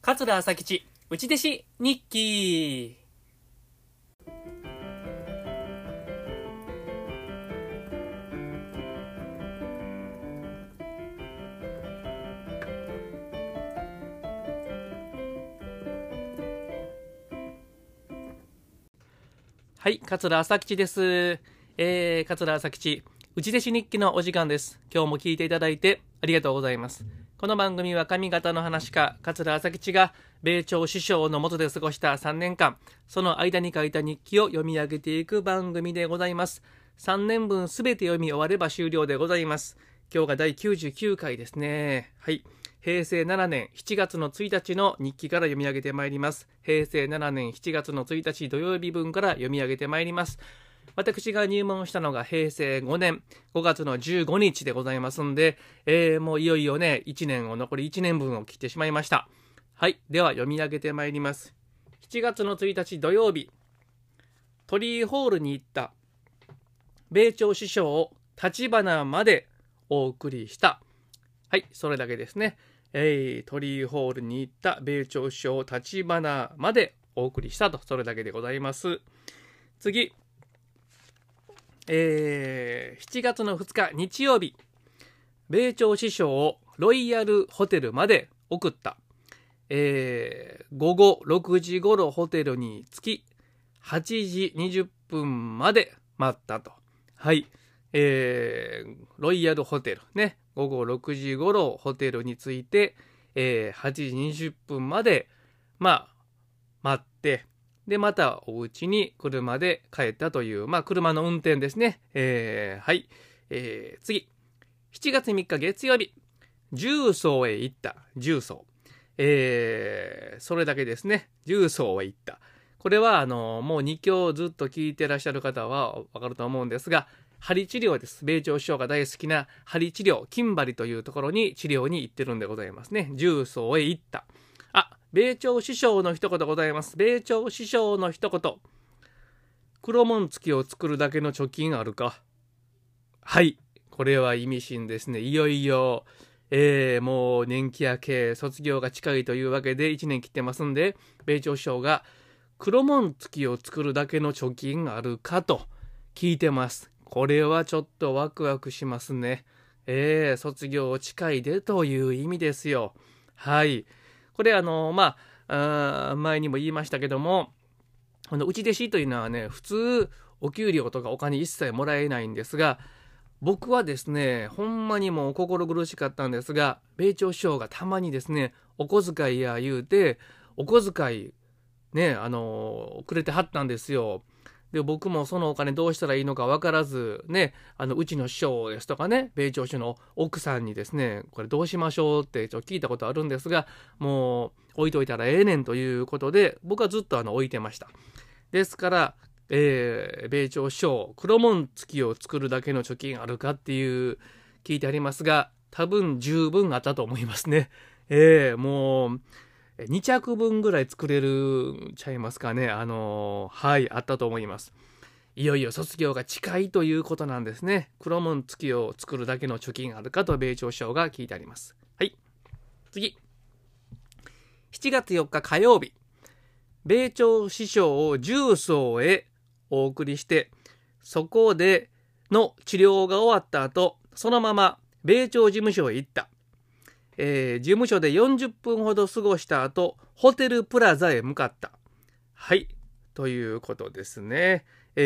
桂朝吉内弟子日記。はい、桂朝吉です。桂朝吉内弟子日記のお時間です。今日も聞いていただいてありがとうございます。この番組は上方の話家桂朝吉が米朝師匠の下で過ごした3年間、その間に書いた日記を読み上げていく番組でございます。3年分すべて読み終われば終了でございます。今日が第99回ですね。はい。平成7年7月の1日の日記から読み上げてまいります。平成7年7月の1日土曜日分から読み上げてまいります。私が入門したのが平成5年5月の15日でございますんで、もういよいよね、残り1年分を切ってしまいました。はい。では読み上げてまいります。7月の1日土曜日、鳥居ホールに行った米朝師匠を立花までお送りした。はい、それだけですね。鳥居ホールに行った米朝師匠を立花までお送りしたと、それだけでございます。次、7月の2日日曜日、米朝師匠をロイヤルホテルまで送った。午後6時頃ホテルに着き、8時20分まで待ったと。はい。ロイヤルホテルね。午後6時頃ホテルに着いて、8時20分まで、待って、で、またお家に車で帰ったという、車の運転ですね。はい。次。7月3日月曜日。重曹へ行った。重曹。それだけですね。重曹へ行った。これは、もう日記をずっと聞いてらっしゃる方はわかると思うんですが、針治療です。米朝師匠が大好きな針治療、金針というところに治療に行ってるんでございますね。重曹へ行った。米朝師匠の一言ございます。米朝師匠の一言。黒紋付きを作るだけの貯金あるか。はい。これは意味深ですね。いよいよ、もう年季明け、卒業が近いというわけで1年切ってますんで、米朝師匠が黒紋付きを作るだけの貯金あるかと聞いてます。これはちょっとワクワクしますね。卒業近いでという意味ですよ。はい。これ前にも言いましたけども、内弟子というのはね、普通お給料とかお金一切もらえないんですが、僕はですね、ほんまにもう心苦しかったんですが、米朝師匠がたまにですね、お小遣いや言うて、お小遣いね、くれてはったんですよ。で、僕もそのお金どうしたらいいのか分からず、ね、うちの師匠ですとかね、米朝師匠の奥さんにですね、これどうしましょうってちょっと聞いたことあるんですが、もう置いといたらええねんということで、僕はずっと置いてました。ですから、米朝師匠、黒紋付きを作るだけの貯金あるかっていう聞いてありますが、多分十分あったと思いますね。もう、2着分ぐらい作れるちゃいますかね。はい、あったと思います。いよいよ卒業が近いということなんですね。黒紋付きを作るだけの貯金あるかと米朝師匠が聞いてあります。はい。次。7月4日火曜日。米朝師匠を重曹へお送りして、そこでの治療が終わった後、そのまま米朝事務所へ行った。事務所で40分ほど過ごした後、ホテルプラザへ向かった。はい。ということですね。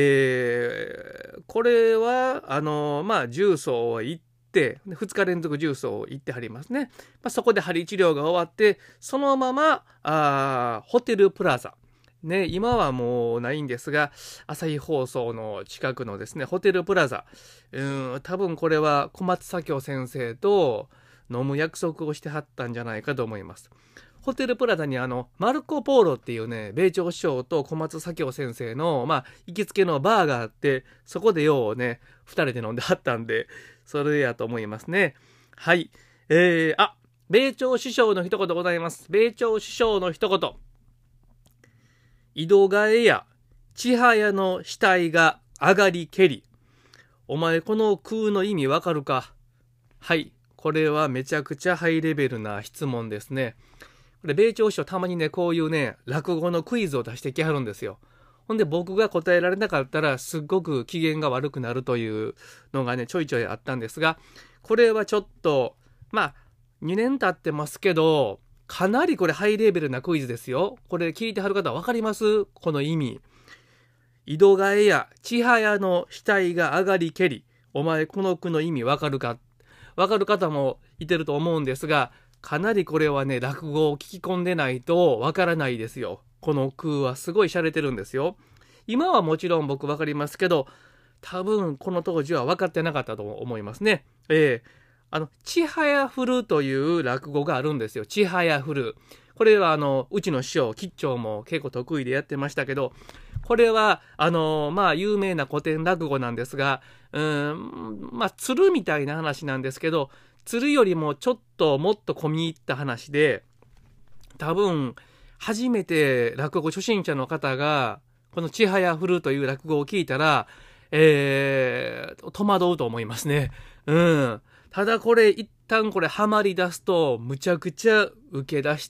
これは、重曹へ行って、2日連続重曹行ってはりますね。そこで針治療が終わって、そのまま、ホテルプラザ。ね、今はもうないんですが、朝日放送の近くのですね、ホテルプラザ。多分これは小松左京先生と、飲む約束をしてはったんじゃないかと思います。ホテルプラザにマルコ・ポーロっていうね、米朝師匠と小松左京先生の、行きつけのバーがあって、そこでようね、2人で飲んではったんで、それやと思いますね。はい。米朝師匠の一言ございます。米朝師匠の一言。井戸替えや千早の死体が上がりけり。お前この空の意味わかるか。はい。これはめちゃくちゃハイレベルな質問ですね。 これ米朝師匠たまにね、こういうね、落語のクイズを出してきはるんですよ。ほんで僕が答えられなかったらすっごく機嫌が悪くなるというのがね、ちょいちょいあったんですが、これはちょっと、まあ、2年経ってますけど、かなりこれハイレベルなクイズですよ。これ聞いてはる方分かります？この意味。井戸替えや千早の死体が上がりけり、お前この句の意味分かるか？分かる方もいてると思うんですが、かなりこれはね、落語を聞き込んでないと分からないですよ。この句はすごい洒落てるんですよ。今はもちろん僕分かりますけど、多分この当時は分かってなかったと思いますね。ちはやふるという落語があるんですよ。ちはやふる。これはうちの師匠、吉兆も結構得意でやってましたけど、これは、まあ、有名な古典落語なんですが、まあ、鶴みたいな話なんですけど、鶴よりもちょっともっと込み入った話で、多分、初めて落語初心者の方が、このちはやふるという落語を聞いたら、戸惑うと思いますね。ただこれ、一旦これハマり出すと、むちゃくちゃ受け出して、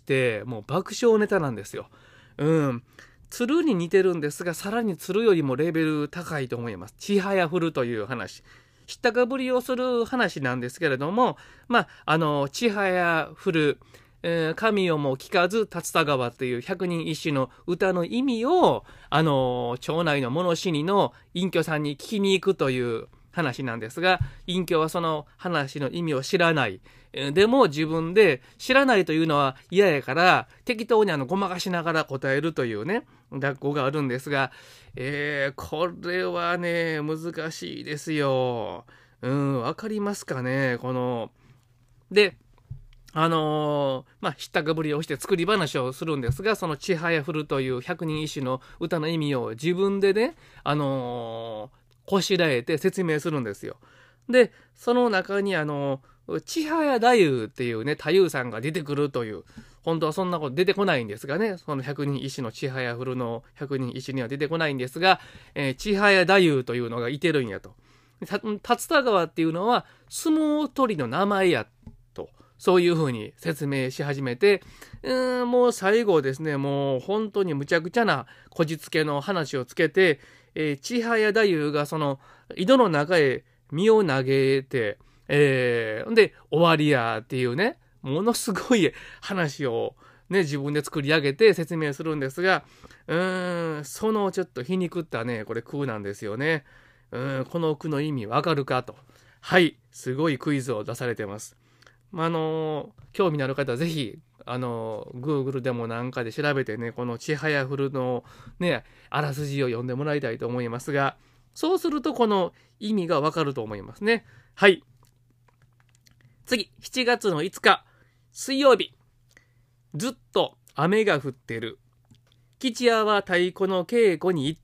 もう爆笑ネタなんですよ。鶴に似てるんですが、さらに鶴よりもレベル高いと思います。ちはやふるという話。知ったかぶりをする話なんですけれども、まあ、ちはやふる、神をも聞かず竜田川という百人一首の歌の意味を、町内の物死にの隠居さんに聞きに行くという話なんですが、隠居はその話の意味を知らない。でも自分で知らないというのは嫌やから、適当にごまかしながら答えるというね、落語があるんですが、これはね、難しいですよ。わかりますかね、で、まあ、知ったかぶりをして作り話をするんですが、そのちはやふるという百人一首の歌の意味を自分でね、こしらえて説明するんですよ。で、その中にちはや太夫っていうね、太夫さんが出てくるという、本当はそんなこと出てこないんですがね、その百人一首のちはやふるの百人一首には出てこないんですが、ちはや太夫というのがいてるんやと。竜田川っていうのは相撲取りの名前やと。そういうふうに説明し始めて、もう最後ですね、もう本当にむちゃくちゃなこじつけの話をつけて、ちはや太夫がその井戸の中へ身を投げて、で終わりやっていうね、ものすごい話をね、自分で作り上げて説明するんですが、そのちょっと皮肉ったね、これ句なんですよね。この句の意味わかるかと。はい、すごいクイズを出されてます。興味のある方はぜひGoogle でもなんかで調べてね、このちはやふるのね、あらすじを読んでもらいたいと思いますが、そうするとこの意味がわかると思いますね。はい。次、7月の5日、水曜日。ずっと雨が降ってる。吉也は太鼓の稽古に行った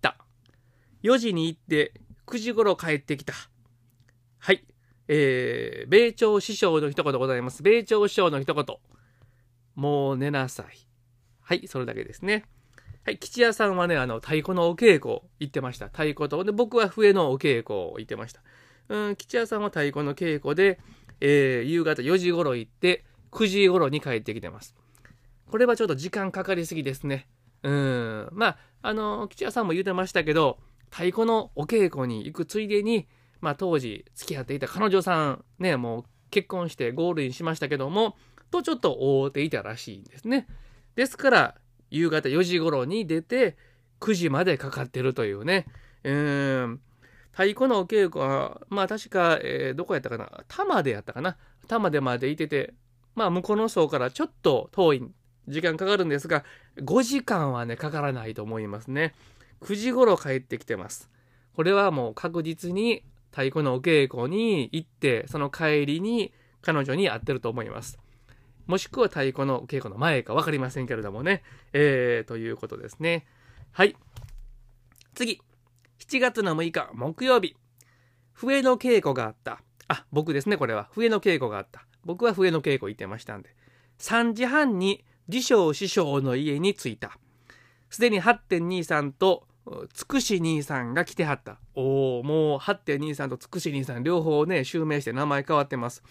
。4時に行って9時頃帰ってきた。はい。米朝師匠の一言でございます。米朝師匠の一言。もう寝なさい。はい、それだけですね。はい、吉也さんはね、太鼓のお稽古行ってました。太鼓と。で、僕は笛のお稽古行ってました。吉也さんは太鼓の稽古で、夕方4時頃行って、9時頃に帰ってきてます。これはちょっと時間かかりすぎですね。まあ、吉也さんも言ってましたけど、太鼓のお稽古に行くついでに、まあ当時付き合っていた彼女さんね、もう結婚してゴールインしましたけども、とちょっと会うていたらしいんですね。ですから、夕方4時頃に出て、9時までかかってるというね。太鼓のお稽古は、まあ確か、どこやったかな、玉でやったかな。玉でまでいてて、まあ向こうの層からちょっと遠い時間かかるんですが、5時間はね、かからないと思いますね。9時頃帰ってきてます。これはもう確実に太鼓のお稽古に行って、その帰りに彼女に会ってると思います。もしくは太鼓のお稽古の前か分かりませんけれどもね。ということですね。はい。次。7月の6日木曜日。笛の稽古があった。あ、僕ですね、これは。笛の稽古があった。僕は笛の稽古行ってましたんで。3時半に自称師匠の家に着いた。すでに 8.23 とつくし兄さんが来てはった。もう 8.23 とつくし兄さん両方ね、襲名して名前変わってます。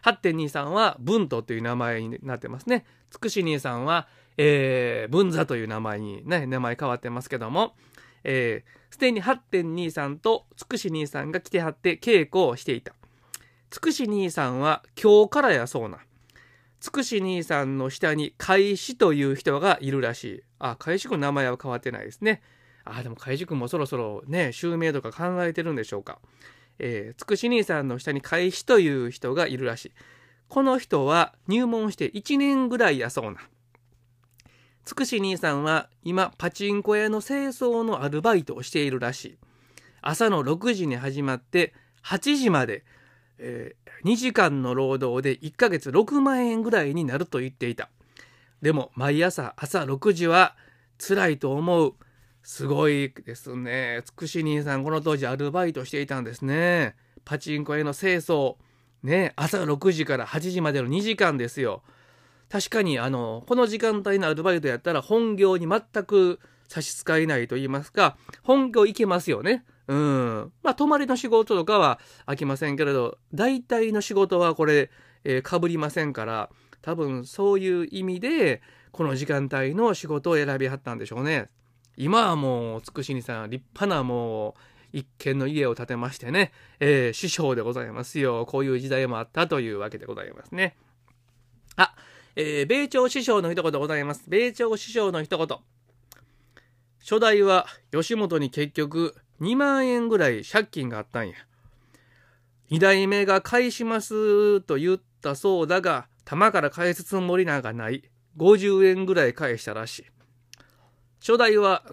8.23 は文とという名前になってますね。つくし兄さんは、文座という名前にね、名前変わってますけども、すでに 8.23 とつくし兄さんが来てはって稽古をしていた。つくし兄さんは今日からやそうな。つくし兄さんの下に海士という人がいるらしい。あ、海士君の名前は変わってないですね。でも海士君もそろそろね、襲名とか考えてるんでしょうか。つくし兄さんの下に海士という人がいるらしい。この人は入門して1年ぐらいやそうな。つくし兄さんは今パチンコ屋の清掃のアルバイトをしているらしい。朝の6時に始まって8時まで、2時間の労働で1ヶ月6万円ぐらいになると言っていた。でも毎朝6時は辛いと思う。すごいですね。つくし兄さんこの当時アルバイトしていたんですね。パチンコ屋の清掃。ね、朝6時から8時までの2時間ですよ。確かにこの時間帯のアルバイトやったら本業に全く差し支えないと言いますか、本業行けますよね。泊まりの仕事とかは飽きませんけれど、大体の仕事はこれ、被りませんから、多分そういう意味でこの時間帯の仕事を選びはったんでしょうね。今はもうつくしにさん立派なもう一軒の家を建てましてね、師匠でございますよ。こういう時代もあったというわけでございますね。米朝師匠の一言ございます。米朝師匠の一言。初代は吉本に結局2万円ぐらい借金があったんや。2代目が返しますと言ったそうだが、玉から返すつもりなんかない。50円ぐらい返したらしい。初代は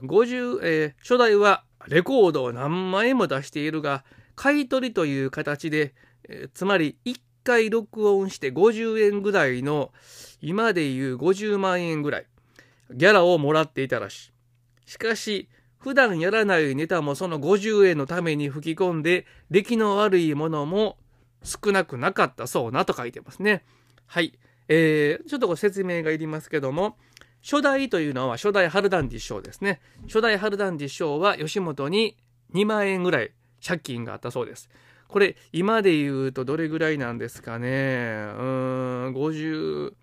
レコードを何枚も出しているが、買い取りという形で、つまり1回録音して50円ぐらいの、今でいう50万円ぐらい、ギャラをもらっていたらしい。しかし、普段やらないネタもその50円のために吹き込んで、出来の悪いものも少なくなかったそうなと書いてますね。はい。ちょっと説明がいりますけども、初代というのは初代春団治師匠ですね。初代春団治師匠は吉本に2万円ぐらい借金があったそうです。これ今で言うとどれぐらいなんですかね。50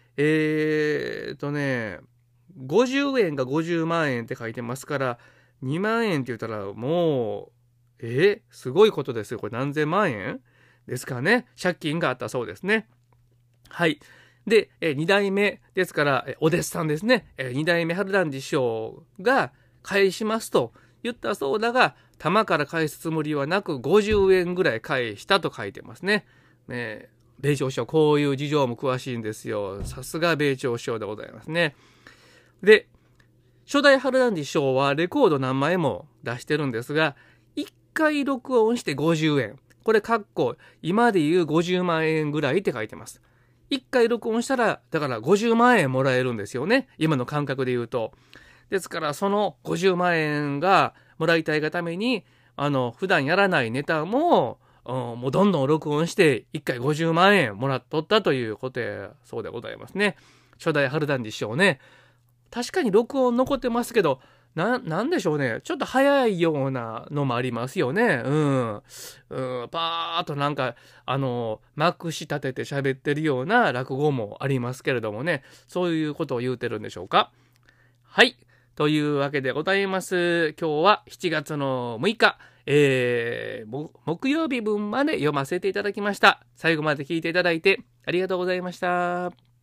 円が50万円って書いてますから、2万円って言ったらもうすごいことですよ。これ何千万円ですかね。借金があったそうですね。はい。で、2代目ですから、お弟子さんですね。2代目春団治師匠が返しますと言ったそうだが、玉から返すつもりはなく50円ぐらい返したと書いてますね。米朝師匠、こういう事情も詳しいんですよ。さすが米朝師匠でございますね。で、初代春団治師匠はレコード何枚も出してるんですが、1回録音して50円。これ今でいう50万円ぐらいって書いてます。1回録音したら、だから50万円もらえるんですよね。今の感覚で言うと。ですから、その50万円がもらいたいがために、普段やらないネタも、もうどんどん録音して、1回50万円もらっとったということやそうでございますね。初代春団治師匠ね。確かに録音残ってますけど、なんでしょうね。ちょっと早いようなのもありますよね。パーっとなんか、まくし立てて喋ってるような落語もありますけれどもね。そういうことを言うてるんでしょうか。はい。というわけでございます。今日は7月の6日、木曜日分まで読ませていただきました。最後まで聞いていただいてありがとうございました。